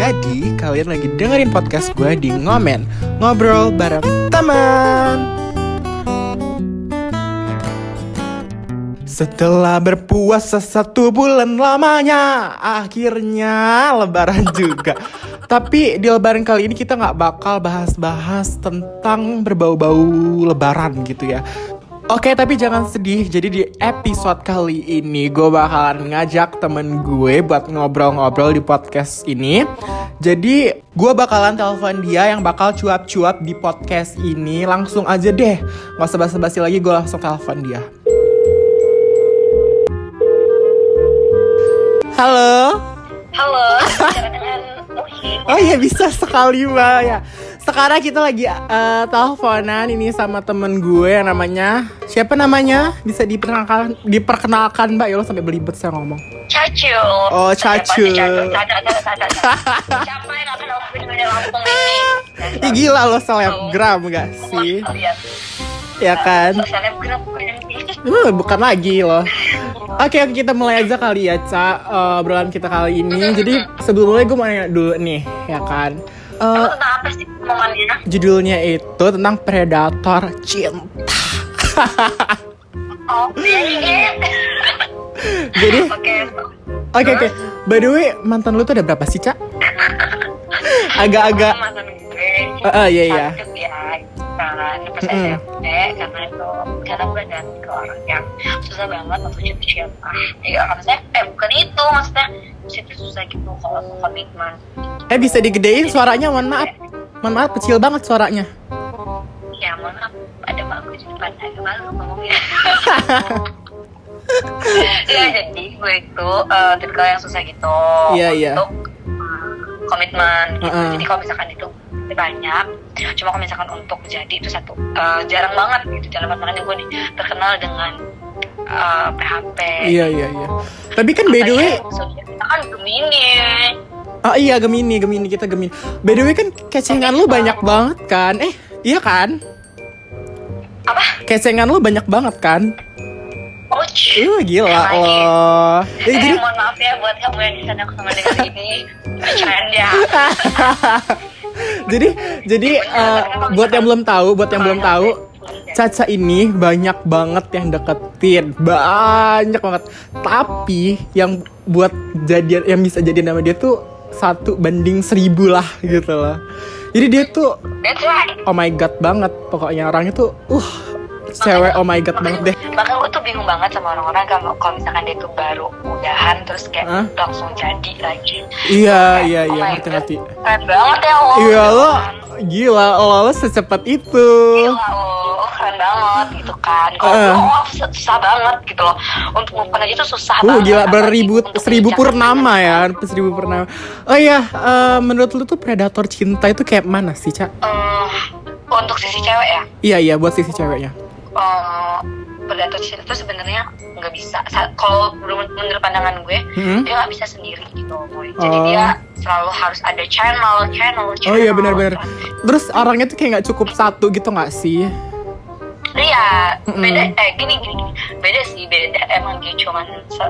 Jadi kalian lagi dengerin podcast gue di Ngomen, ngobrol bareng teman. Setelah berpuasa 1 bulan lamanya, akhirnya lebaran juga. Tapi di lebaran kali ini kita gak bakal bahas-bahas tentang berbau-bau lebaran gitu ya. Oke, tapi jangan sedih. Jadi di episode kali ini gue bakalan ngajak temen gue buat ngobrol-ngobrol di podcast ini. Jadi gue bakalan telepon dia yang bakal cuap-cuap di podcast ini. Langsung aja deh, gak usah basa-basi lagi, gue langsung telepon dia. Halo. Halo, bicara dengan Uhi. Oh iya, bisa sekali Mbak ya. Sekarang kita lagi teleponan ini sama temen gue yang namanya, siapa namanya? Bisa diperkenalkan Mbak, ya lo sampai belibet saya ngomong. Cacu. Oh, Cacu. Siapa yang akan open di Lampung ini? Ih, gila lo, selebgram gak sih? Ya kan? Selebgram Bukan lagi loh. Oke, kita mulai aja kali ya, Ca, obrolan kita kali ini. Jadi sebelumnya gue mau nanya dulu nih, ya kan? tentang apa sih omongannya? Judulnya itu tentang predator cinta. Oh, iya. Jadi, Oke. by the way, mantan lu tuh ada berapa sih, Ca? Agak-agak. Mantan gue. Iya. Satu ya. Pas SMP, karena gue dan ke orang yang susah banget untuk cinta. Ya, maksudnya, bukan itu, maksudnya itu susah gitu kalau untuk komitmen. Bisa digedein suaranya, mohon maaf, kecil banget suaranya. Ya, mohon maaf, ada malu di depan, ada malu ngomongnya. Ya, jadi gue itu tipikal yang susah gitu untuk komitmen gitu. Jadi kalau misalkan itu banyak, cuma kalau misalkan untuk jadi itu satu jarang banget gitu. Dalam makanya gue terkenal dengan PHP. Iya. Tapi kan by the way, kita kan Gemini. Oh iya, Gemini, kita Gemini. By the way kan kecengan lu banyak banget kan? Iya kan? Apa? Kecengan lu banyak banget kan? Gila loh. Jadi mohon maaf ya buat kamu yang di sana sama dengan ini. Bercanda. jadi buat yang belum tahu, Caca ini banyak banget yang deketin, banyak banget. Tapi yang buat jadian, yang bisa jadian sama dia tuh 1:1000 lah gitu loh. Jadi dia tuh oh my god banget, pokoknya orangnya tuh cewek oh my god banget deh. Bahkan gue tuh bingung banget sama orang-orang kalau misalkan dia tuh baru udahan terus kayak langsung jadi lagi. Iya, ngerti. Keren banget ya lo. Iya lo, gila lo secepat itu. Gila lo, keren banget gitu kan. Kalau susah banget gitu loh. Untuk move on aja tuh susah banget. Gila, 1000 purnama ya, 1000 purnama. Oh iya, menurut lu tuh predator cinta itu kayak mana sih, Ca? Untuk sisi cewek ya? Iya, buat sisi ceweknya. Predator cinta itu sebenarnya nggak bisa. Kalau menurut pandangan gue, dia nggak bisa sendiri gitu, boy. Jadi dia selalu harus ada channel. Oh iya, benar. Terus orangnya tuh kayak nggak cukup satu gitu nggak sih? Iya, beda. Gini. Beda. Emang dia cuman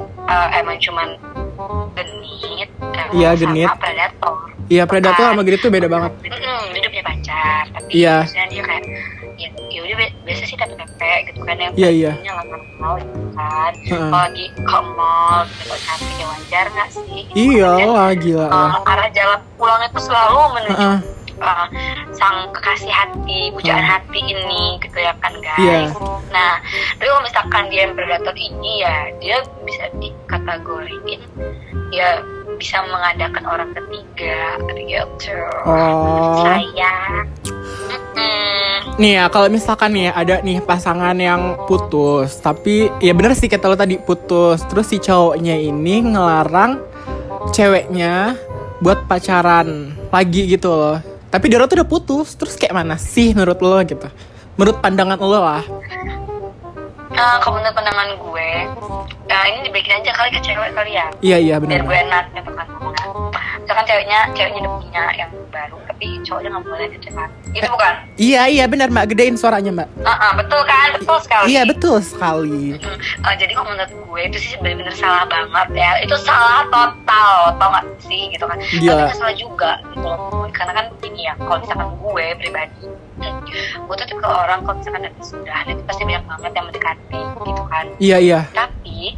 genit. Iya, genit. Sama predator. Iya, predator sama genit tuh beda banget. Dia punya pacar, tapi maksudnya dia kayak ya udah biasa sih tepe gitu kan, yang punya lama-lama gitu kan. Kalau lagi ke mall gitu cantik, ya wajar nggak sih? Iya lah, gila lah. Arah jalan pulang itu selalu menuju sang kekasih hati, pujaan hati ini gitu ya kan guys. Nah, tapi kalau misalkan dia yang predator ini ya dia bisa dikategoriin ya bisa mengadakan orang ketiga gitu. Saya nih ya, kalau misalkan nih ada nih pasangan yang putus, tapi ya bener sih kata lo tadi, putus, terus si cowoknya ini ngelarang ceweknya buat pacaran lagi gitu loh. Tapi dia tuh udah putus, terus kayak mana sih menurut lo gitu? Menurut pandangan lo lah. Kalau menurut pandangan gue, ini dibalikin aja kali ke cewek kali ya. Iya benar. Biar gue enak gitu kan. Misalkan ceweknya udah punya yang baru, tapi cowoknya nggak boleh gitu kan, itu bukan? Iya benar Mbak, gedein suaranya Mbak. Betul kan, betul sekali. Iya betul sekali. Jadi kalau menurut gue itu sih benar-benar salah banget ya, itu salah total, tau gak sih gitu kan. Tapi nggak salah juga gitu loh, karena kan ini ya, kalau misalkan gue pribadi, gue tuh tipe orang kalau misalkan ada sudah itu pasti banyak banget yang mendekati gitu kan. Iya. Tapi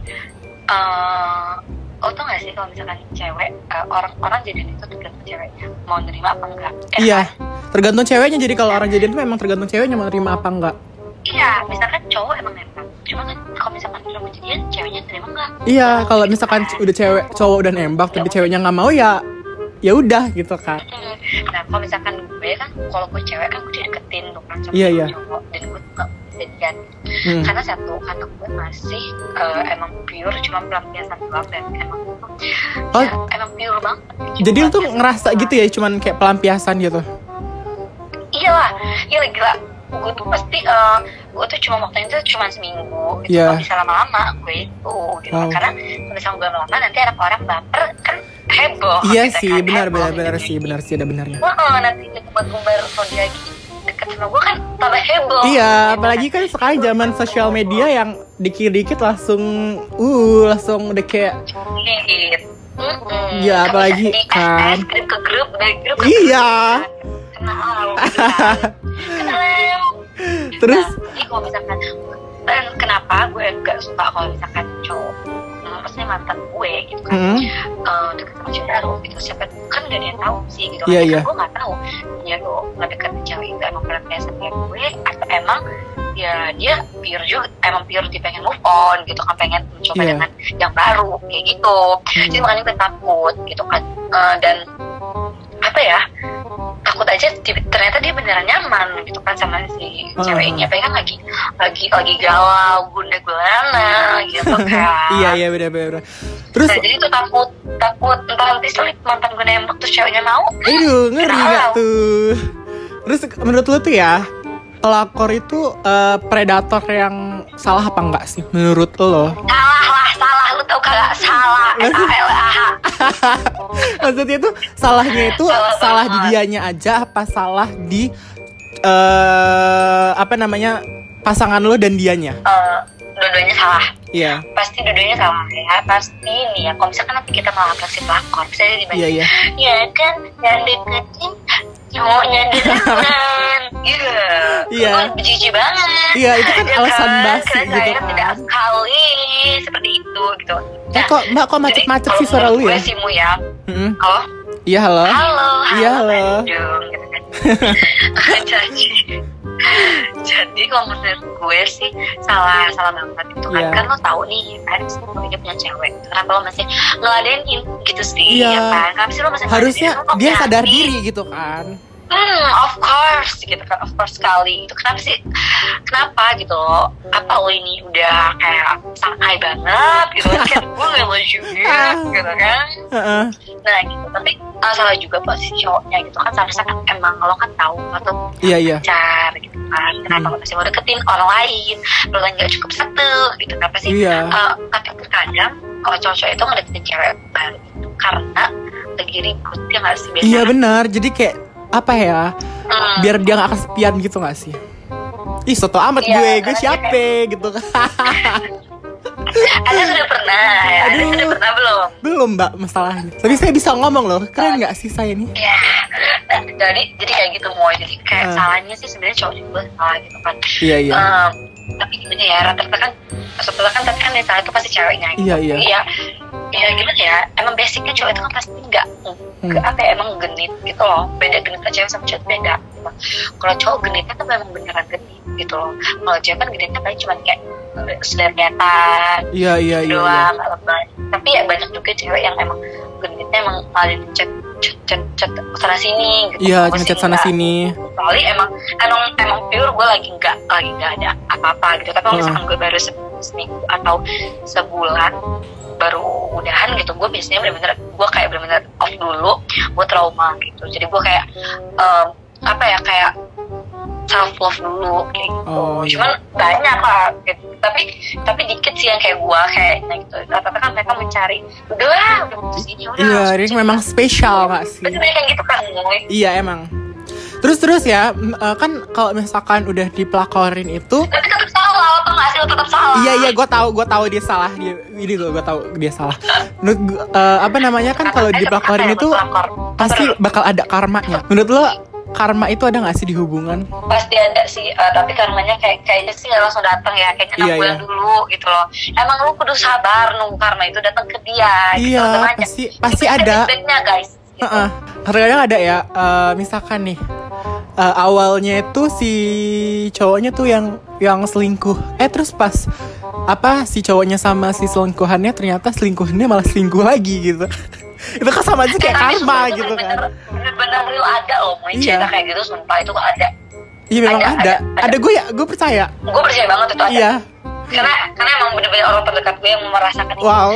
lo tau gak sih kalau misalkan cewek, orang jadian itu tergantung ceweknya mau nerima apa enggak. Iya, tergantung ceweknya. Jadi kalau orang jadian itu memang tergantung ceweknya mau nerima apa enggak. Iya, misalkan cowok emang nembak, cuma kan kalau misalkan udah mau jadian ceweknya terima enggak. Iya, kalau misalkan udah cowok udah nembak tapi ceweknya nggak mau ya udah gitu kan. Nah kalau misalkan gue kan, kalau gue cewek kan gue dideketin tuh kan sama cowok, dan gue tuh gak jadian. Karena satu, karena gue masih emang pure, cuma pelampiasan doang, dan emang emang pure banget. Jadi lu tuh ngerasa gitu ya, cuman kayak pelampiasan gitu? Iyalah, gila. Gue tuh pasti, gue tuh cuma waktunya itu cuma seminggu gitu. Gak bisa lama-lama gue itu gitu. Karena kalau misalnya gue lama nanti ada orang baper kan heboh. Iya gitu sih, kan, benar gitu. benar sih ada benarnya. Wah kalau nanti buat gue baru kalau dia deket sama gue kan tambah heboh. Iya, apalagi kan sekarang zaman sosial media yang dikit-dikit langsung udah kayak ya apalagi kan dari grup iya kenal. Terus jadi kalau misalkan, dan kenapa gue gak suka kalau misalkan cowok, maksudnya mantan gue gitu kan, deket sama cewek baru gitu, siapa kan gak ada yang tahu sih gitu kan. Iya. Gue gak tahu dia tuh ngedeketin cewek itu emang pelampiasan kayak gue, atau emang ya dia pure juga, emang pure dia pengen move on gitu kan, pengen mencoba dengan yang baru kayak gitu. Jadi makanya gue takut gitu kan, dan apa ya, takut aja ternyata dia beneran nyaman gitu kan sama si ceweknya, pengen lagi galau gunda gulana gitu kan. iya benar. Terus jadi tuh takut entar nanti mantan gue nembak terus ceweknya mau. Ngeri gak tuh. Terus menurut lu tuh ya, pelakor itu predator yang salah apa enggak sih menurut lo? Salah, lu tau kagak? Salah, SALAH. Maksudnya itu salahnya itu salah di dianya aja apa salah di pasangan lo dan dianya? Dua-duanya salah. Iya. Pasti dua-duanya salah ya. Pasti nih ya. Kalau misalkan nanti kita melangkah si pelakor, misalnya dibanding. Iya. Ya kan yang deketin cowoknya duluan. Iya. Jijik banget. Iya, itu kan alasan basi gitu kan. Tidak sekali seperti itu gitu. Nah, Mbak kok macet-macet sih suara lu ya? Gue sih Mu ya. Halo? Iya, halo. Iya, halo. Bandung, gitu kan. Jadi kalau menurut gue sih salah banget gitu kan. Kan lo tahu nih kan dia punya cewek, kenapa lo masih ngeladenin gitu sih ya kan? Kenapa sih lo masih harusnya dia sadar diri gitu kan. Of course gitu kan, of course sekali. Itu kenapa gitu loh, apa lo ini udah kayak sangai banget gitu kan, gue gak lo juga gitu kan. Nah gitu, tapi salah juga posisi cowoknya gitu kan, seharusnya kan emang lo kan tahu atau pacar gitu kan, kenapa lo masih mau deketin orang lain, lo kan gak cukup satu gitu, kenapa sih? Tapi terkadang kalau cowok itu ngedeketin cewek baru itu karena lagi ribut ya gak sih? Iya benar, jadi kayak apa ya, biar dia gak kesepian gitu gak sih? Ih soto amat gue siapa gitu kan. Ada sudah pernah ya? Ada sudah pernah belum? Belum Mbak masalahnya. Tapi saya bisa ngomong loh, keren gak sih saya ini? Ya, nah, jadi kayak gitu Moy. Jadi kayak salahnya sih sebenarnya cowok juga salah gitu kan. Iya. Tapi gimana ya, rata-rata kan sebelah kan, tapi kan yang salah itu pasti ceweknya gitu. Iya. Ya gimana ya, emang basicnya cowok itu kan pasti nggak apa ya, emang genit gitu loh. Beda genitnya cewek sama cowok beda gitu. Kalau cowok genitnya tuh memang beneran genit gitu loh. Kalau cewek kan genitnya paling cuma kayak sedar kelihatan doang, nggak lebay. Tapi ya banyak juga cewek yang emang genitnya emang paling chat sana sini gitu. Iya, ngechat sana sini. Soalnya emang pure gue lagi nggak ada apa-apa gitu. Tapi kalau misalkan gue baru seminggu atau sebulan baru udahan gitu, gue biasanya benar-benar off dulu, gue trauma gitu. Jadi gue kayak kayak self love dulu kayak gitu. Cuman banyak lah gitu. Tapi dikit sih yang kayak gue kayaknya gitu. Rata-rata kan mereka mencari udah putus ini udah. Iya, ini memang spesial gak sih? Betul kayak gitu kan. Iya emang. Terus ya, kan kalau misalkan udah dipelakorin itu, tapi tetap salah, atau nggak sih, lo tetap salah. Iya, gue tahu dia salah. Ini loh, gue tahu dia salah. Menurut apa namanya kan kalau dipelakorin itu pasti bakal ada karmanya. Menurut lo karma itu ada nggak sih di hubungan? Pasti ada sih, tapi karmanya kayaknya sih nggak langsung datang ya, kayaknya 6 bulan dulu gitu loh. Emang lu kudu sabar nunggu karma itu datang ke dia. Iya, gitu, pasti ada. Guys. Gitu. Kadang-kadang ada ya, misalkan nih awalnya itu si cowoknya tuh yang selingkuh, terus pas si cowoknya sama si selingkuhannya ternyata selingkuhannya malah selingkuh lagi gitu. Itu kan sama aja kayak karma gitu kan. Bener-bener real ada loh, cerita kayak gitu, sumpah itu ada. Iya memang ada. Gue percaya. Gue percaya banget itu ada. Iya. Karena emang bener-bener orang terdekat gue yang merasakan itu. Wow.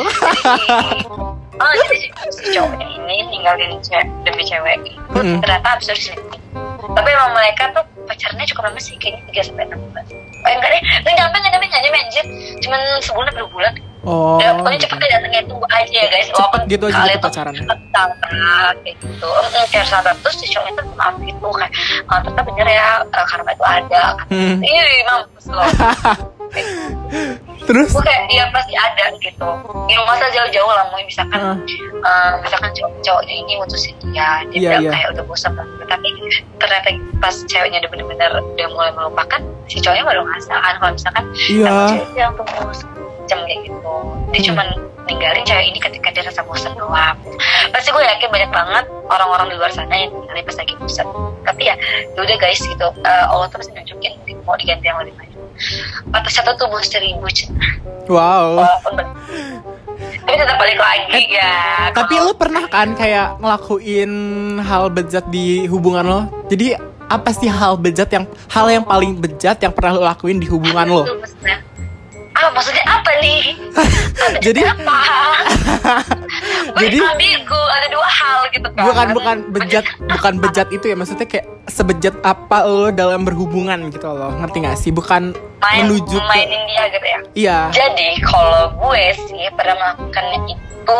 Jadi si cowoknya ini ninggalin demi cewek itu ternyata habis itu diselingkuhin. Tapi emang mereka tuh pacarnya cukup lama sih, kayaknya 3-6 bulan. Enggak deh, nggak nyampe anjir. Cuman sebulan 2 bulan. Oh. Ya, pokoknya cepetnya datangnya tunggu aja ya guys. Cepet gitu aja gitu pacaran. Kayak gitu. Kayak sahabat terus si cowoknya tuh maaf gitu kayak ternyata bener ya karma itu ada. Ih mampus loh. Terus? Gue kayak dia pasti ada gitu. Ya masa jauh-jauh lah mau misalkan cowoknya ini mutusin dia bilang kayak udah bosan banget. Tapi ternyata pas ceweknya udah bener-bener udah mulai melupakan, si cowoknya baru ngasal kan kalau misalkan ceweknya yang tulus jam kayak gitu. Dia cuman ninggalin cewek ini ketika dia rasa bosan doang. Pasti gue yakin banyak banget orang-orang di luar sana yang ninggalin pas lagi bosan. Tapi ya udah guys gitu, Allah tuh pasti nunjukin mau diganti yang lebih baik. Batas satu tubuh 1000 cenah. Wow. Tapi tetap balik lagi ya. Tapi lo pernah kan kayak ngelakuin hal bejat di hubungan lo? Jadi apa sih hal yang paling bejat yang pernah lo lakuin di hubungan lo? Maksudnya apa nih? Jadi apa? Jadi ambigu, ada 2 hal gitu kan. Bukan bejat itu ya, maksudnya kayak sebejat apa lo dalam berhubungan gitu loh. Ngerti gak sih? Bukan menuju mainin dia gitu ya. Iya. Jadi kalau gue sih pernah melakukannya itu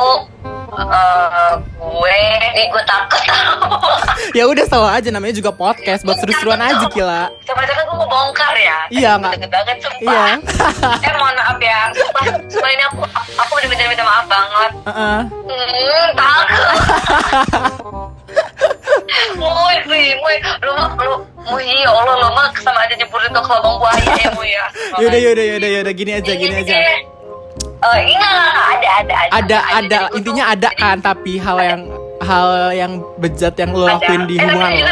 gue takut. Ya udah selalu aja, namanya juga podcast buat seru-seruan aja gila. Sebenarnya kan gue mau bongkar ya. Iya nggak? Deket banget sumpah. Iya. Mohon maaf ya. Sumpah ini aku bener-bener minta maaf banget. Takut. Lu ya Allah lo mah sama aja nyeburin ke lubang buaya ya mu ya. Yaudah gini aja. Ada intinya ada kan, tapi hal yang bejat yang lo lakuin di hubungan lo.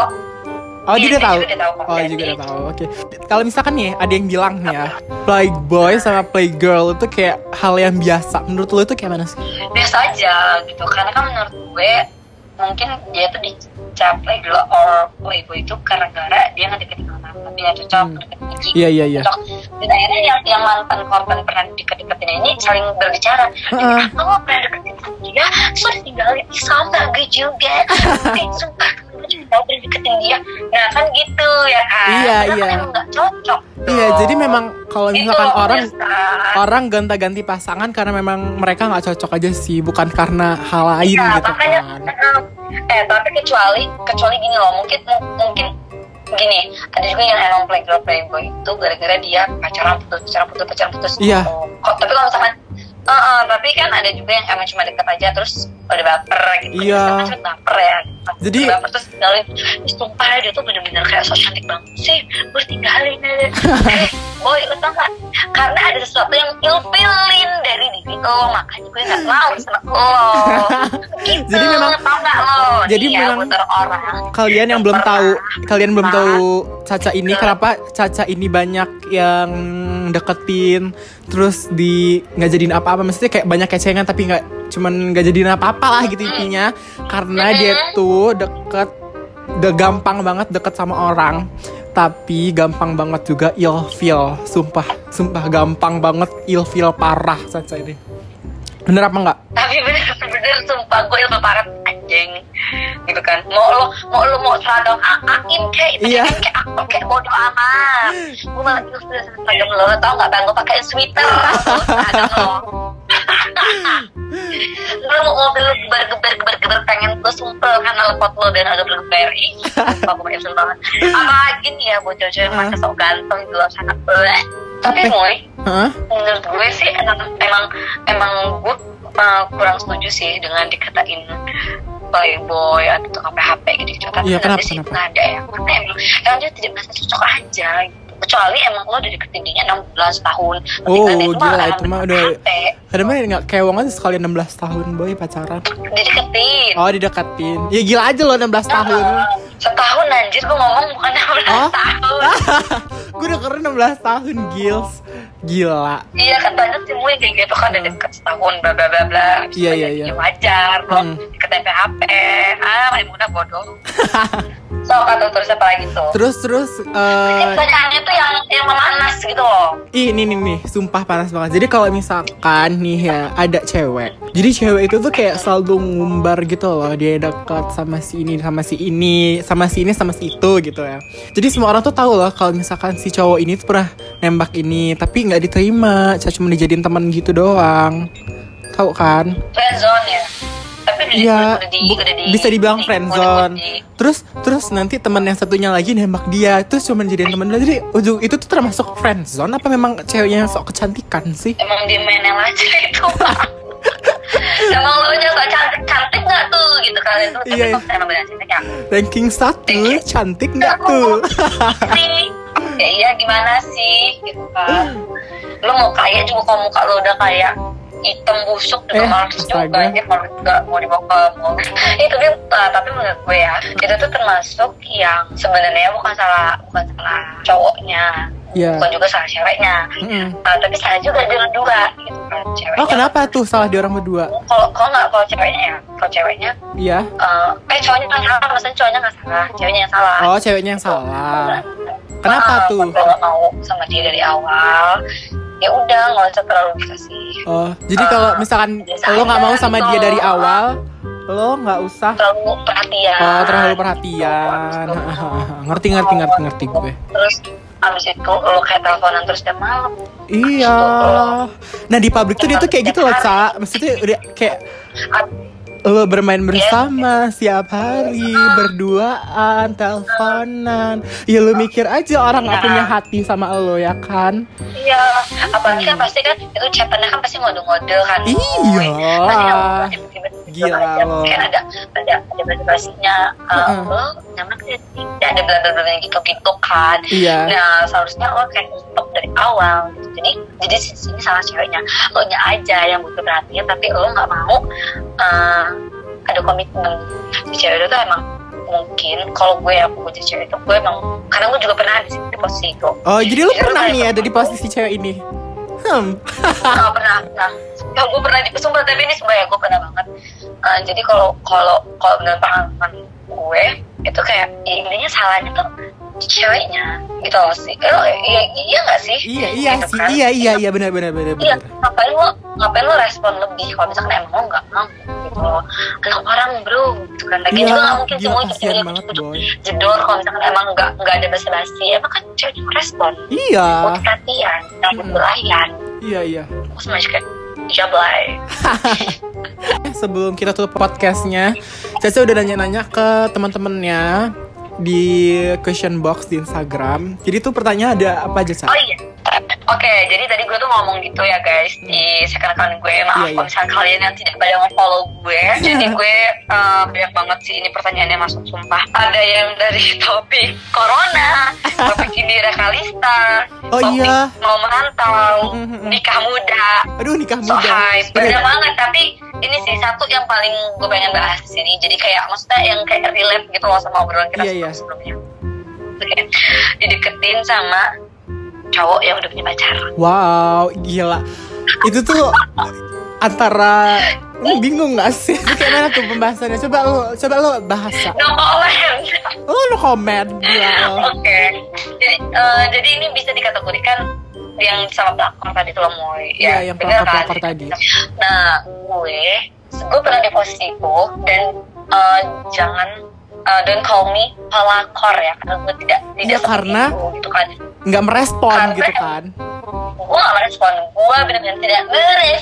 Oh dia udah tahu. Oh juga udah tahu. Oke. Kalau misalkan nih ada yang bilang nih ya, playboy sama playgirl itu kayak hal yang biasa. Menurut lo itu kayak mana sih? Biasa aja gitu. Karena kan menurut gue mungkin dia tuh dicap playgirl or playboy itu karena dia ngedeketin orang tapi gak cocok. Iya. Dan akhirnya yang mantan korban pernah deket-deketin ini saling berbicara. Kamu pernah deketin dia, sudah tinggalin sama gue juga. Sumpah mau deketin dia. Nah kan gitu ya kan. Iya. Kan gak cocok. Iya, jadi memang kalau misalkan orang gonta-ganti pasangan karena memang mereka nggak cocok aja sih, bukan karena hal lain gitu makanya, kan. Tapi kecuali gini loh, mungkin gini, ada juga yang emang playboy itu gara-gara dia pacaran putus. Iya. Tapi kalau misalkan tapi kan ada juga yang emang cuma deket aja terus udah baper gitu. Iya. Kan baper ya. Jadi baper terus tinggalin. Sumpah dia tuh bener-bener kayak so cantik banget sih. Gue tinggalin aja. Boy, lo tau gak? Karena ada sesuatu yang ilfilin dari diri lo, makanya gue gak mau sama lo. Gitu. Jadi memang tau gak lo? Jadi memang kalian yang belum tahu Caca ini kenapa Caca ini banyak yang deketin terus nggak jadiin apa-apa, maksudnya kayak banyak kecengan tapi nggak jadiin apa-apa lah gitu intinya, karena dia tuh udah gampang banget deket sama orang tapi gampang banget juga ilfeel. Sumpah gampang banget ilfeel parah Caca ini. Bener apa enggak? Tapi bener sumpah gue ilmu parah anjing gitu kan. Mau seragam aim kayak itu kayak aku kayak bodo amat. Gue malah itu sudah seragam lo, tau nggak bang? Gue pakai sweater seragam lo. Lo mau mobil lo geber pengen gue sumpel karena lo support lo dan agak bergeber. Aku mention banget. Apalagi nih ya buat cewek-cewek yang masa sok ganteng itu loh sangat boleh. Tapi Moy, menurut gue sih emang gue kurang setuju sih dengan dikatain playboy atau tukang PHP gitu. Tapi kenapa? Sih nggak ada ya. Karena emang dia tidak merasa cocok aja gitu. Kecuali emang lo udah deketin dia 16 tahun. Gila itu mah udah. Ada mah nggak kewong aja sekali 16 tahun boy pacaran. Dideketin. Ya gila aja lo 16 tahun. Setahun anjir gue ngomong bukan 16 tahun. Gue udah keren 16 tahun Gils. Gila. Iya kan banyak sih mulai kayak gitu kan udah deket setahun bla bla bla bla. Iya. Wajar belum diketin PHP. Maimunah bodoh. So kata terus apa lagi tuh? Terus pertanyaannya tuh yang memanas gitu loh. Ini nih, sumpah panas banget. Jadi kalau misalkan nih ya ada cewek. Jadi cewek itu tuh kayak selalu ngumbar gitu loh. Dia dekat sama si ini, sama si ini, sama si ini, sama si itu gitu ya. Jadi semua orang tuh tahu loh kalau misalkan si cowok ini tuh pernah nembak ini, tapi nggak diterima, cuma dijadiin teman gitu doang. Tahu kan? Friendzone ya. Tapi bisa dibilang friendzone. Terus nanti teman yang satunya lagi nembak dia, terus cuma jadiin teman dia. Jadi ujung itu tuh termasuk friendzone apa memang ceweknya yang sok kecantikan sih? Emang dia menel aja itu. Emang lo nya sok cantik nggak tuh gitu kan? Iya. Emang benar cantiknya. Ranking 1 cantik nggak tuh? Ya iya gimana sih gitu kan? Lo mau kaya juga kalau muka lo udah kayak hitam busuk juga males juga aja kalau nggak mau dibawa ke mall. Itu dia tapi menurut gue ya itu tuh termasuk yang sebenarnya bukan salah cowoknya, bukan juga salah ceweknya, tapi salah juga dia berdua gitu kan ceweknya. Kenapa tuh salah di orang berdua? Kalau ceweknya iya. Cowoknya kan salah, maksudnya cowoknya nggak salah, ceweknya yang salah. Ceweknya yang salah. Kenapa tuh? Kalau nggak mau sama dia dari awal, ya udah nggak usah terlalu dikasih. Jadi kalau misalkan lo nggak mau sama dia dari awal, lo nggak usah terlalu perhatian. Terlalu perhatian. Ngerti gue. Terus abis itu lo kayak teleponan terus tiap malam. Iya. Nah di publik tuh dia tuh kayak gitu loh, Ca. Maksudnya udah kayak lo bermain bersama siap hari, berduaan, teleponan. Ya lo mikir aja orang gak punya hati sama lo ya kan? Iya, apalagi kan pasti kan itu chatannya kan pasti ngode-ngode kan. Iya. Gila lo. Kan ada basa-basinya. Lo nyaman gak sih? Ada bla-bla-bla gitu kan. Iya. Nah seharusnya lo kayak stop dari awal gitu. Jadi sini salah ceweknya. Lo nya aja yang butuh perhatian, tapi lo gak mau ada komitmen. Si cewek itu tuh emang mungkin kalau gue jadi cewek itu gue emang karena gue juga pernah di posisi itu. Jadi lo pernah nih ada di posisi cewek ini? Pernah. Gue pernah di sumpah, tapi ini sumpah ya gue pernah banget. Jadi kalau menurut pengalaman gue itu kayak ya, intinya salahnya tuh ceweknya gitu loh sih. Iya nggak sih? Iya gitu sih. Kan? Iya benar. Iya, ngapain lo respon lebih kalau misalkan emang lo nggak mau gitu loh. Anak orang bro gitu kan. Lagi juga nggak mungkin semua jedor kalau misalkan emang nggak ada basa-basi. Emang kan ceweknya merespon. Iya. Butuh perhatian, butuh belayan. Iya. Terus masih kayak jablay. Sebelum kita tutup podcastnya, Caca udah nanya-nanya ke teman-temannya di question box di Instagram. Jadi tuh pertanyaan ada apa aja, Ca? Oh iya. Oke, jadi tadi gue tuh ngomong gitu ya guys di second account gue. Maaf kalau misalnya kalian yang tidak pada nge-follow gue. Jadi gue banyak banget sih ini pertanyaannya masuk sumpah. Ada yang dari topik corona, topik Indira Kalista, topik mau merantau, nikah muda. Aduh, nikah muda. So hype, banyak banget. Tapi ini sih satu yang paling gue pengen bahas di sini. Jadi kayak maksudnya yang kayak relate gitu loh sama obrolan kita sebelumnya. Oke, dideketin sama cowok yang udah punya pacar. Wow, gila. Itu tuh antara bingung gak sih? Kayak mana tuh pembahasannya? Coba lo bahas. No comment. No comment. Oke. Jadi ini bisa dikategorikan yang sama pelakor tadi tuh lo Moy. Iya, yang pelakor tadi. Nah, gue pernah di posisi itu dan jangan don't call me pelakor ya, karena gue tidak karena itu, gitu kan. Nggak merespon karena gitu kan. Gue nggak merespon, gue benar-benar tidak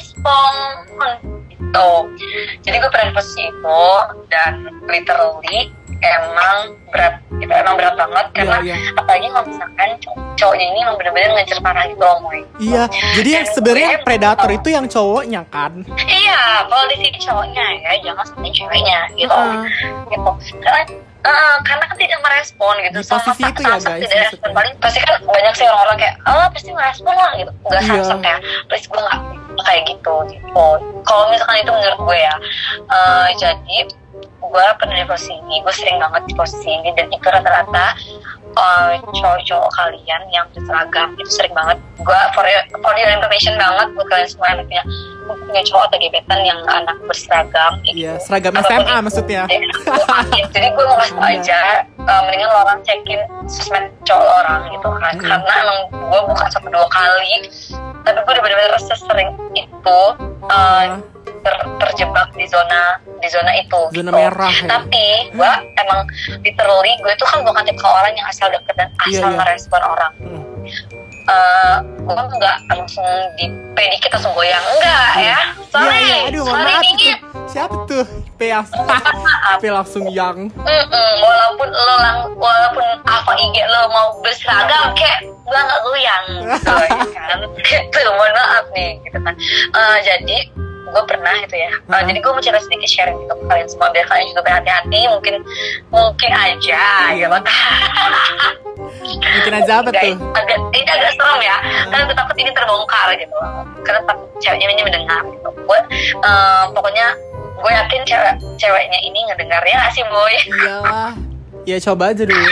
merespon gitu. Jadi gue pernah di posisi itu dan literally emang berat gitu, emang berat banget karena apalagi kalau misalkan cowoknya ini emang bener-bener ngejar parah gitu loh Moy. Iya, jadi yang sebenarnya predator itu yang cowoknya kan? Iya, kalau di sini cowoknya ya, jangan sampai ceweknya gitu, gitu. Karena kan tidak merespon gitu. Di posisi itu ya guys. Tidak respon, paling pasti kan banyak sih orang-orang kayak, pasti merespon lah gitu. Nggak samsak ya, please gue nggak kayak gitu. Kalau misalkan itu menurut gue ya, jadi gue pernah di posisi ini, gue sering banget di posisi ini, dan itu rata-rata cowok-cowok kalian yang berseragam itu sering banget. Gue for your information banget buat kalian semua yang punya cowok atau gebetan yang anak berseragam gitu. Seragam SMA maksudnya. Jadi gue mau kasih aja, mendingan lo orang cekin sosmed cowok orang gitu kan, karena emang gue bukan 1-2 kali, tapi gue udah bener-bener sesering itu terjebak di zona itu zona gitu. merah ya. Tapi gue emang literally gue tuh kan bukan tipe orang yang asal deket dan asal merespon orang. Gue nggak langsung di pedikit langsung goyang, enggak ya. Sorry, aduh maaf tuh. Siapa tuh? P langsung yang. Walaupun apa IG lo mau berseragam kayak gue nggak goyang, gitu kan. Gitu, mohon maaf nih, gitu kan. Jadi gue pernah itu ya. Jadi gue mau cerita sedikit sharing gitu ke kalian semua biar kalian juga berhati-hati. Mungkin aja gitu. Mungkin aja apa tuh? Ini agak serem ya. Karena gue takut ini terbongkar gitu. Karena ceweknya ini mendengar gitu. Gue pokoknya gue yakin ceweknya ini ngedengarnya nggak sih Boy? Iyalah. Ya coba aja dulu.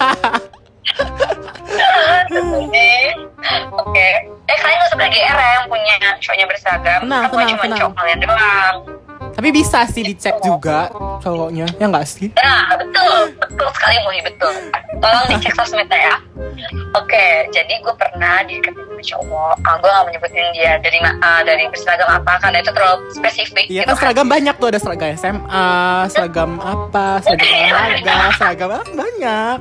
Oke. Kalian gak usah GR yang punya cowoknya berseragam. Kan cuma cowok kalian doang. Tapi bisa sih dicek juga cowoknya, ya nggak sih? Nah, betul sekali Muhi, betul. Tolong dicek sosmednya ya. Oke, jadi gue pernah diketin sama cowok. Gue gak menyebutin dia dari berseragam apa, karena itu terlalu spesifik. Iya gitu kan seragam banyak tuh, ada seragam SMA, seragam apa, seragam olahraga, seragam banyak.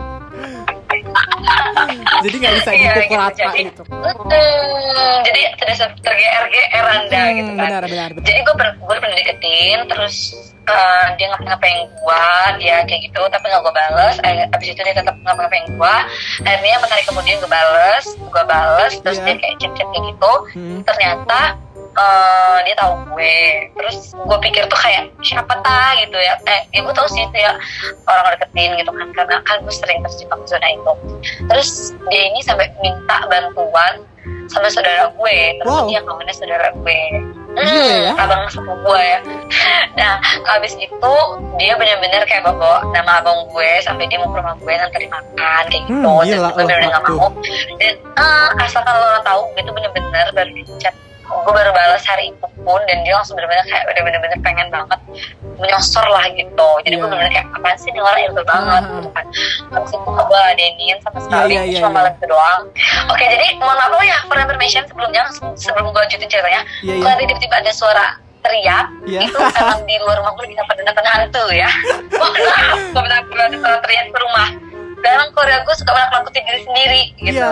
Jadi nggak bisa dipukul rata gitu. Jadi tidak terger-ger Anda gitu kan. Benar. Jadi gue pernah deketin, terus dia ngapain gue, dia kayak gitu, tapi nggak gue bales. Abis itu dia tetap ngapain gue. Akhirnya 4 hari kemudian gue bales, terus dia kayak chat kayak gitu. Ternyata dia tahu gue. Terus gue pikir tuh kayak siapa gitu ya. Ya gue tahu sih itu ya orang deketin gitu kan, karena kan gue sering terjebak di zona itu. Terus dia ini sampai minta bantuan sama saudara gue, terus dia kawannya saudara gue. Abang sepupu gue ya. Nah, habis itu dia benar-benar kayak bawa nama abang gue sampai dia mau ke rumah gue nganterin makan kayak gitu. Dan gue benar-benar nggak mau. Dan asalkan lo tahu, gue tuh benar-benar baru di chat, gue baru balas hari itu pun, dan dia langsung benar-benar kayak udah benar-benar pengen banget menyosor lah gitu. Jadi gue benar-benar kayak apaan sih nih orang ilfil banget gitu kan. Habis itu gue ladenin sama sekali, cuma malam itu doang. Oke, jadi mohon maaf ya for information sebelum gue lanjutin ceritanya. Kalau tiba-tiba ada suara teriak, itu emang di luar rumah gue bisa pada nonton hantu ya. Mohon maaf, gue benar-benar ada suara teriak ke rumah. Dan emang keluarga gue suka menakut-nakutin diri sendiri gitu.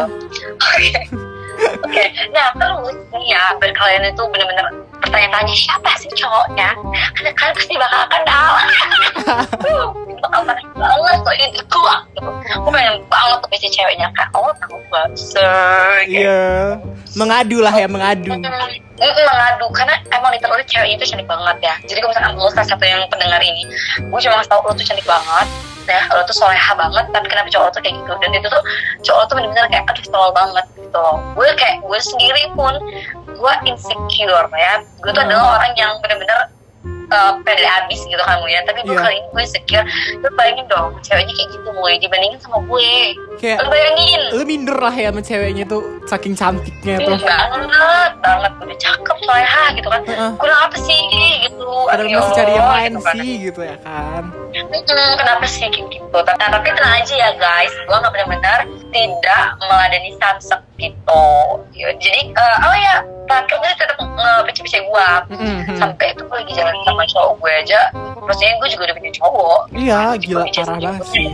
Oke, nah terus nih ya, kalian itu benar-benar pertanyaan-tanya siapa sih cowoknya? Karena kalian pasti bakal kenal. Bakal banget kok itu gue. Gue pengen banget tuh bisa ceweknya Kak. Oh tahu banget. Iya. Mengadu lah ya, mengadu. Mengadu, karena emang literally ceweknya itu cantik banget ya. Jadi kalau misalkan lo salah satu yang pendengar ini, gue cuma ngasih tau lo tuh cantik banget. Nah, lo tuh soleha banget, tapi kenapa cowok lo tuh kayak gitu? Dan itu tuh cowok lo tuh bener-bener kayak aduh tolol banget gitu. Gue sendiri pun gue insecure ya. Gue tuh adalah orang yang bener-bener pede abis gitu kan ya. Tapi gue kali ini gue insecure. Lo bayangin dong, ceweknya kayak gitu mulai dibandingin sama gue. Lo bayangin. Lo minder lah ya sama ceweknya tuh, saking cantiknya tuh. Banget, udah cakep soleha gitu kan. Kurang apa sih gitu. Padahal masih cari yang lain gitu sih gitu ya kan. Kenapa sih gitu? Nah, tapi tenang aja ya guys, gue nggak benar-benar tidak meladeni samsek gitu. Jadi terakhir gue tetap nge-PC gue sampai itu gue lagi jalan sama cowok gue aja. Maksudnya gue juga udah punya cowok. Iya, gila parah banget sih.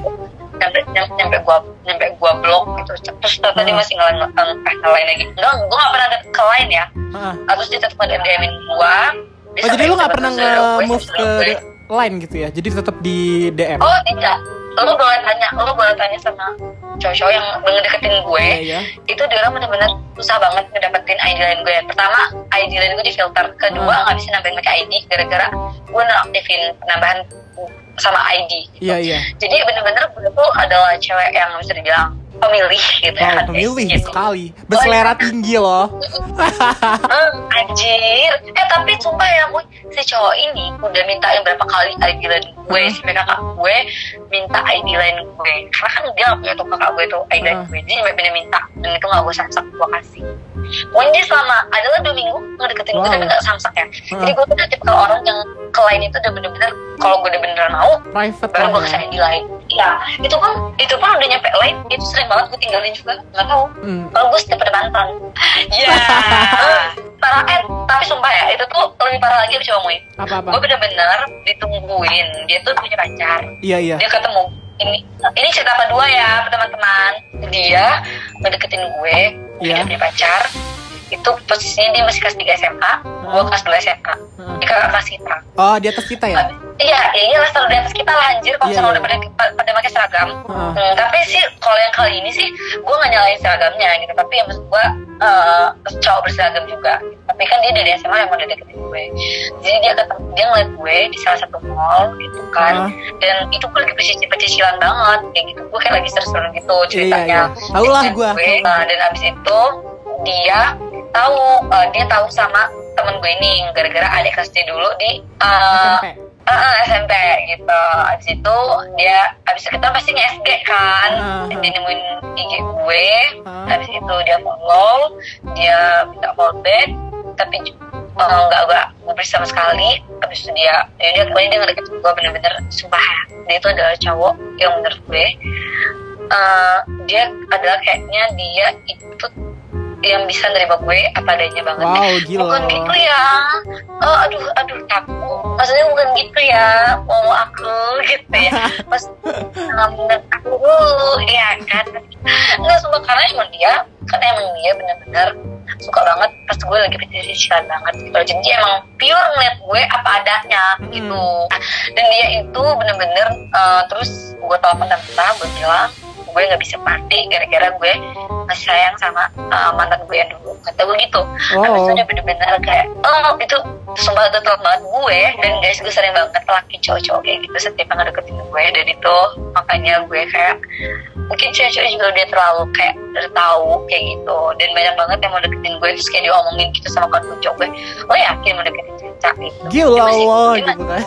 Nyampe gue blok gitu. Terus ternyata dia masih ngelain lagi. Enggak, gue nggak pernah ke lain ya. Terus dia tetap nge-DM-in gue. Oh jadi lu nggak pernah nge-move ke line gitu ya, jadi tetap di DM. Oh tidak, lu boleh tanya sama cowok yang ngedeketin gue. Itu dia orang benar-benar susah banget ngedapetin ID line gue. Pertama, ID line gue di filter. Kedua, nggak bisa nambahin mereka ID gara-gara gue nonaktifin penambahan sama ID gitu. Jadi benar-benar gue tuh adalah cewek yang bisa dibilang pemilih gitu ya. Pemilih gitu. Sekali, berselera tinggi loh. Anjir. Tapi sumpah ya, si cowok ini udah mintain berapa kali ID line gue. Si kakak gue minta ID line gue, karena kan dia gak punya tuh kakak gue tuh ID line gue. Jadi bener-bener minta, dan itu gak gue samsak, gue kasih. Pokoknya dia selama adalah 2 minggu ngedeketin gue, tapi gak samsak ya. Jadi gue tuh tipe orang yang ke line itu udah bener-bener, kalau gue udah beneran mau, private baru gue kasih ID line. Iya, itu pun udah nyampe line, itu sering banget gue tinggalin juga, gak tau. Kalau gue setiap ada mantan. Iya. Parah, tapi sumpah ya, itu tuh lebih parah lagi sama Moy. Apa-apa? Gue bener-bener ditungguin, dia tuh punya pacar. Iya. Dia ketemu, ini cerita kedua ya teman-teman. Dia ngedeketin gue, dia punya pacar. Itu posisinya dia masih kelas 3 SMA, gue kelas 2 SMA. Dia kakak kelas kita. Oh, di atas kita ya? Iya lah, selalu di atas kita lah anjir. Kalau misalnya udah pada pakai seragam. Tapi sih, kalau yang kali ini sih, gue gak nyalain seragamnya gitu. Tapi ya maksud gue, cowok berseragam juga. Tapi kan dia dari SMA yang mau deketin gue. Jadi dia ngeliat gue di salah satu mall gitu kan. Dan itu gue lagi pecicilan banget kayak gitu. Gue kayak lagi seru-seru gitu ceritanya. Tahu lah gue. Dan abis itu dia tahu sama temen gue ini gara-gara adik kelas dia dulu di SMP gitu. Abis itu abis itu kita pasti nge-SG kan. Dia nemuin IG gue. Abis itu dia follow, dia minta follow back, tapi enggak gue beri sama sekali. Abis itu dia ngedeketin gue bener-bener sumpah ya. Dia itu adalah cowok yang menurut gue dia adalah kayaknya dia itu yang bisa nerima gue apa adanya banget. Wow, gila. Bukan gitu ya. Aduh takut. Maksudnya bukan gitu ya. Mau aku gitu ya. Mas menurut aku ya kan. Nggak sumpah, karena emang dia benar-benar suka banget pas gue lagi pecicilan banget gitu. Jadi dia emang pure ngeliat gue apa adanya gitu. Dan dia itu benar-benar terus gue telepon tante, gue bilang gue nggak bisa party gara-gara gue masih sayang sama mantan gue yang dulu, kata gue gitu. Habis itu dia bener-bener kayak itu sumpah itu telat banget gue. Dan guys, gue sering banget laki cowok-cowok kayak gitu setiap ngedeketin gue. Dan itu makanya gue kayak mungkin cewek-cewek juga udah terlalu kayak udah tahu kayak gitu. Dan banyak banget yang mau deketin gue terus kayak diomongin gitu sama kawan cowok gue, lo yakin mau deketin Cica gitu. Gila lo gitu kan.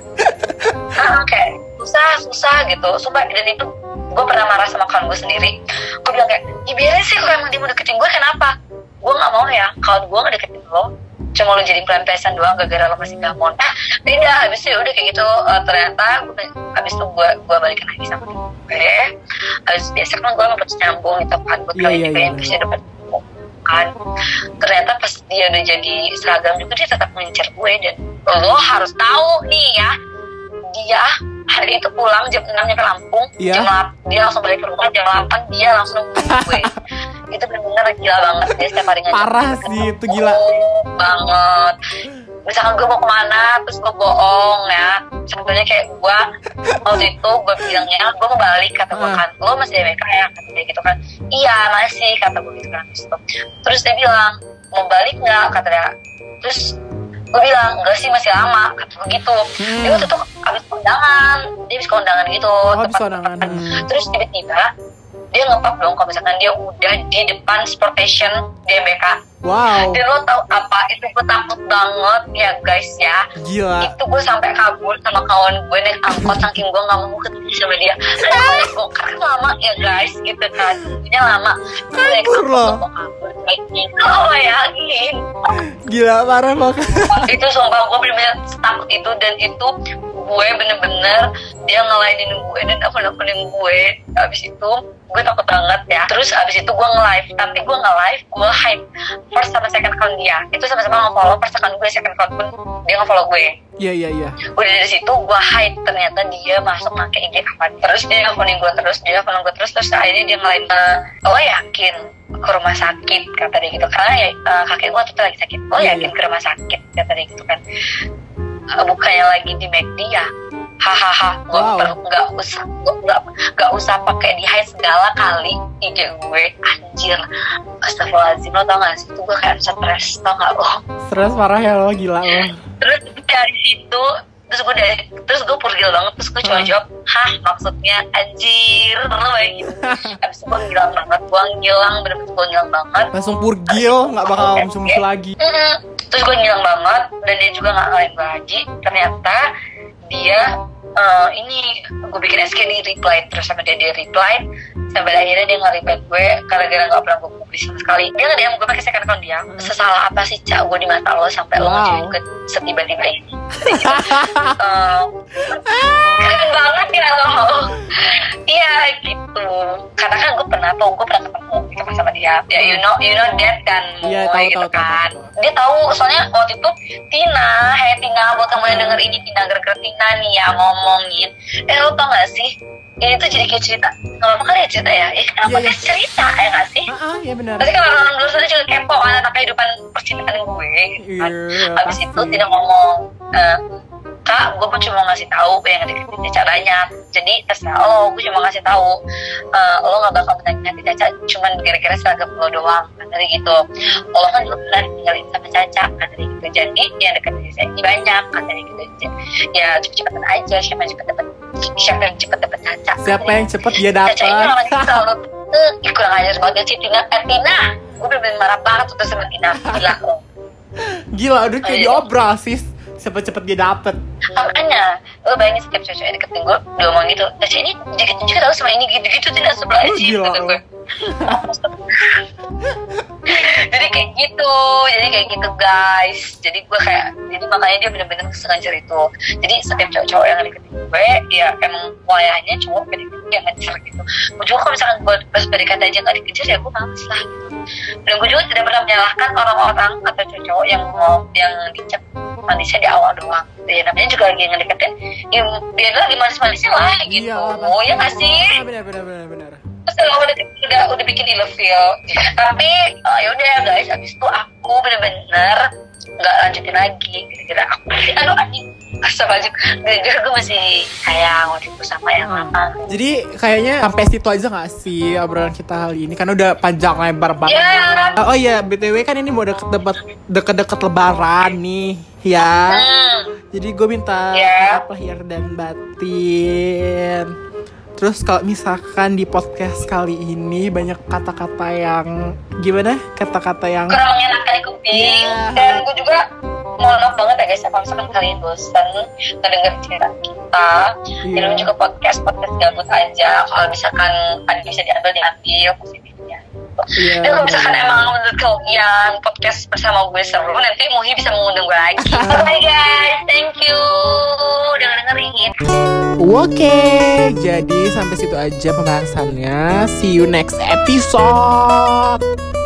Kayak susah gitu sumpah. Dan itu gue pernah marah sama kawan gue sendiri. Gue bilang kayak, ya biarin sih kalau emang dia mau deketin gue, kenapa? Gue gak mau ya kalau gue gak deketin lo cuma lo jadi pelampiasan doang gara-gara lo masih gamon. Tidak, habis itu udah kayak gitu. Ternyata habis itu gue balikan lagi sama gue. Habis biasa kan gue putus nyambung gitu kan. Gue kali juga yang bisa dapat kan. Ternyata pas dia udah jadi seragam juga dia tetap mengincar gue. Dan lo harus tahu nih ya, dia hari itu pulang jam 6 nyampe Lampung, jam 8 dia langsung balik ke rumah, jam 8 dia langsung nungguin gue. Itu bener-bener gila banget, dia setiap hari ngajak. Parah sih, itu gila banget. Misalkan gue mau kemana terus gue bohong ya, sebetulnya kayak gue waktu itu gue bilangnya gue mau balik, kata gue kan, lo masih di Amerika ya, kata dia gitu kan. Iya masih, kata gue gitu kan. Terus dia bilang mau balik nggak, kata dia. Terus gue bilang enggak sih, masih lama, kata begitu. Dia waktu itu habis kondangan gitu, tempat-tempat. Terus tiba-tiba dia nge-pop dong kalau misalkan dia udah di depan Sportation di MBK. Wow. Dan lo tau apa, itu gue takut banget ya guys ya. Gila. Itu gue sampai kabur sama kawan gue naik angkot saking gue gak mau ketemu sama dia. Naik bongkar kan lama ya guys gitu kan, ini lama. Gue naik angkot mau kabur kayak gitu, lo yakin. Gila parah banget. Itu sumpah gue bener-bener takut itu. Dan itu gue bener-bener dia ngelainin gue dan nelfon-nelfonin gue. Abis itu gue takut banget ya. Terus abis itu gue nge-live, tapi gue nge-live gue hide first sama second account dia. Itu sama-sama nge-follow first account gue, second account pun dia nge-follow gue. Iya. Udah dari situ gue hide, ternyata dia masuk pakai IG kapan. Terus dia nelfonin gue terus, terus akhirnya dia ngelain, lo yakin ke rumah sakit, kata dia gitu. Karena ya kakek gue tuh lagi sakit. Lo yakin ke rumah sakit, kata dia gitu kan. bukannya lagi di McD ya, hahaha, nggak usah pakai di hide segala kali IG gue, anjir, astagfirullahaladzim. Lo tau gak sih, itu gue kayak stres, tau gak lo? Stres parah ya lo, gila lo. Terus dari situ terus gue purgil banget, terus gue cuma jawab, hah, maksudnya anjir, lo kayak gitu. Abis itu gue ngilang banget, bener-bener gue ngilang banget, langsung purgil, nggak bakal musuh lagi. Terus gue ngilang banget, dan dia juga nggak ngalahin gue lagi. Ternyata dia ini gue bikin SG di reply, terus sama dia reply, sampai akhirnya dia nge-reply gue gara-gara nggak pernah gue publis sama sekali. Dia nge-DM gue pakai second account dia. Sesalah apa sih Cak gue di mata lo sampai lo ngejauhin gue setiba-tiba ini? Keren banget ya lo. Iya gitu. Karena kan gue pernah ketemu gitu sama dia. Ya you know that kan, gitu kan. Dia tahu, soalnya waktu itu Tina, buat kamu yang denger ini, Tina, gara-gara Tina nih ya ngomongin. Lo tau gak sih? Ini tuh jadi kayak cerita, gak apa-apa kali ya cerita ya? Kenapa kayak cerita ya gak sih? Iya benar. Pasti kan orang dulu sana juga kepo kan tentang kehidupan percintaan gue gitu kan. Abis itu tidak ngomong, Kak, gue cuma ngasih tahu yang deketin Caca banyak. Jadi terserah lo, gue cuma ngasih tahu, lo gak bakal menyakiti Caca cuman gara-gara seragam lo doang, kan dari gitu. Lo kan dulu pernah tinggalin sama Caca, kan dari gitu. Jadi yang deketin saya ini banyak, kan dari gitu. Ya cepet-cepetan aja, siapa yang cepet dapet Caca. Siapa yang cepet dia dapat. Caca ini orang yang selalu kurang ajar banget sih Tina. Gue bener-bener marah banget tuh sama Tina. Gila, udah kayak diobral sis. Cepet-cepet dia dapet. Makanya lo bayangin setiap cewek yang deketin gue, dia ngomong gitu, Caca ini deketin juga tau sama ini gitu-gitu, tidak sebelah aja gitu gue. Jadi kayak gitu guys. Jadi gue kayak, jadi makanya dia bener-bener sengaja itu. Jadi setiap cowok yang deketin gue, ya emang wayahnya cowok PDKT yang ngejar gitu. Gue juga kalau misalkan gue pas PDKT aja gak dikejar, ya gue males lah gitu. Dan gue juga tidak pernah menyalahkan orang-orang atau cowok yang dicap manisnya di awal doang. Ya namanya juga lagi ngedeketin, ya dia lagi manis-manisnya lah gitu. Ya nggak sih? Benar. Terus kalau udah bikin ilfeel. Tapi yaudah ya guys, abis itu aku bener-bener nggak lanjutin lagi. Kira-kira aku masih anjing. Gara-gara gue masih sayang waktu itu sama yang lama. Jadi kayaknya sampai situ aja gak sih obrolan kita kali ini? Kan udah panjang lebar banget. Oh iya, BTW kan ini mau deket-deket lebaran nih ya. Jadi gue minta maaf lahir dan batin. Terus kalau misalkan di podcast kali ini banyak kata-kata yang gimana? Kata-kata yang kurang menyenangkan di kuping. Dan gue juga mohon maaf banget ya guys, kalau misalkan kalian bosan ngedenger cerita kita, jadi juga podcast gabut aja. Kalau misalkan ada bisa diambil positifnya. Dan kalau misalkan emang menurut kalian podcast bersama gue seru, nanti Muhi bisa mengundang gue lagi. Bye guys, thank you udah dengerin. Oke, jadi sampai situ aja pembahasannya. See you next episode.